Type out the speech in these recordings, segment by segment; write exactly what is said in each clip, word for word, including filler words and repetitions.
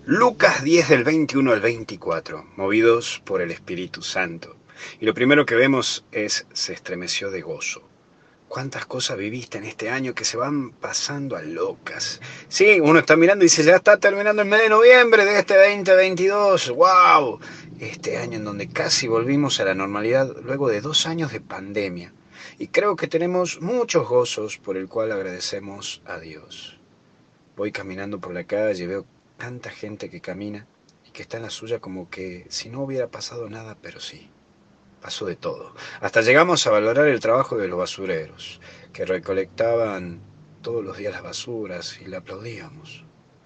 Lucas diez del veintiuno al veinticuatro, movidos por el Espíritu Santo. Y lo primero que vemos es, se estremeció de gozo. ¿Cuántas cosas viviste en este año que se van pasando a locas? Sí, uno está mirando y dice, ya está terminando el mes de noviembre de este veinte veintidós. ¡Wow! Este año en donde casi volvimos a la normalidad luego de dos años de pandemia. Y creo que tenemos muchos gozos por el cual agradecemos a Dios. Voy caminando por la calle, veo tanta gente que camina y que está en la suya como que si no hubiera pasado nada, pero sí. Pasó de todo. Hasta llegamos a valorar el trabajo de los basureros, que recolectaban todos los días las basuras y le aplaudíamos.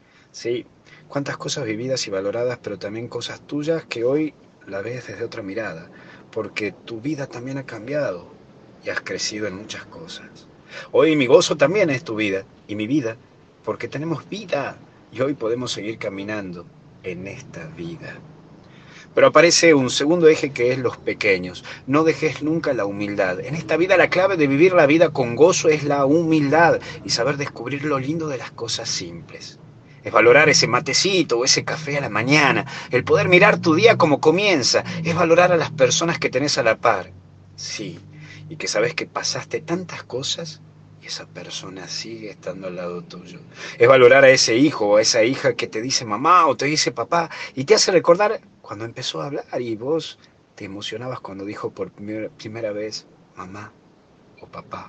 Sí, cuántas cosas vividas y valoradas, pero también cosas tuyas que hoy la ves desde otra mirada, porque tu vida también ha cambiado y has crecido en muchas cosas. Hoy mi gozo también es tu vida y mi vida, porque tenemos vida y hoy podemos seguir caminando en esta vida. Pero aparece un segundo eje que es los pequeños. No dejes nunca la humildad. En esta vida la clave de vivir la vida con gozo es la humildad y saber descubrir lo lindo de las cosas simples. Es valorar ese matecito o ese café a la mañana, el poder mirar tu día como comienza, es valorar a las personas que tenés a la par. Sí, y que sabes que pasaste tantas cosas y esa persona sigue estando al lado tuyo. Es valorar a ese hijo o a esa hija que te dice mamá o te dice papá y te hace recordar cuando empezó a hablar y vos te emocionabas cuando dijo por primera, primera vez mamá o papá.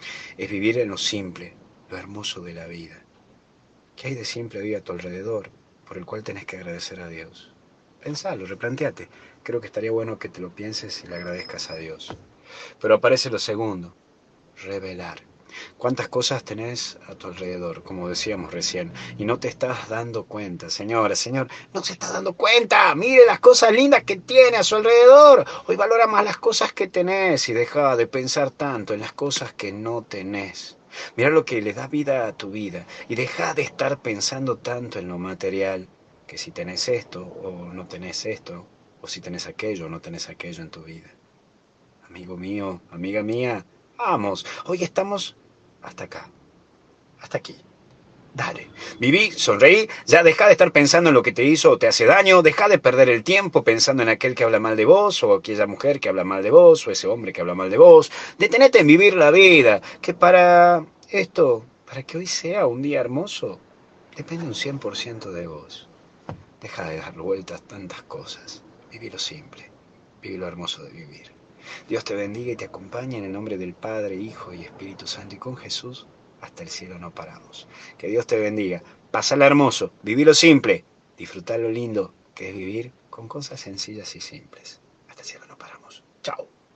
Es vivir en lo simple, lo hermoso de la vida. ¿Qué hay de simple hoy a tu alrededor por el cual tenés que agradecer a Dios? Pensalo, replanteate. Creo que estaría bueno que te lo pienses y le agradezcas a Dios. Pero aparece lo segundo, revelar. ¿Cuántas cosas tenés a tu alrededor, como decíamos recién, y no te estás dando cuenta? Señora, señor, no se está dando cuenta. Mire las cosas lindas que tiene a su alrededor. Hoy valora más las cosas que tenés y deja de pensar tanto en las cosas que no tenés. Mira lo que le da vida a tu vida y deja de estar pensando tanto en lo material, que si tenés esto o no tenés esto, o si tenés aquello o no tenés aquello en tu vida. Amigo mío, amiga mía, vamos, hoy estamos hasta acá, hasta aquí. Dale, viví, sonreí, ya deja de estar pensando en lo que te hizo o te hace daño, deja de perder el tiempo pensando en aquel que habla mal de vos, o aquella mujer que habla mal de vos, o ese hombre que habla mal de vos. Detenete en vivir la vida, que para esto, para que hoy sea un día hermoso, depende un cien por ciento de vos. Deja de dar vueltas tantas cosas, viví lo simple, viví lo hermoso de vivir. Dios te bendiga y te acompañe en el nombre del Padre, Hijo y Espíritu Santo y con Jesús hasta el cielo no paramos. Que Dios te bendiga. Pásala hermoso, viví lo simple, disfrutar lo lindo que es vivir con cosas sencillas y simples. Hasta el cielo no paramos.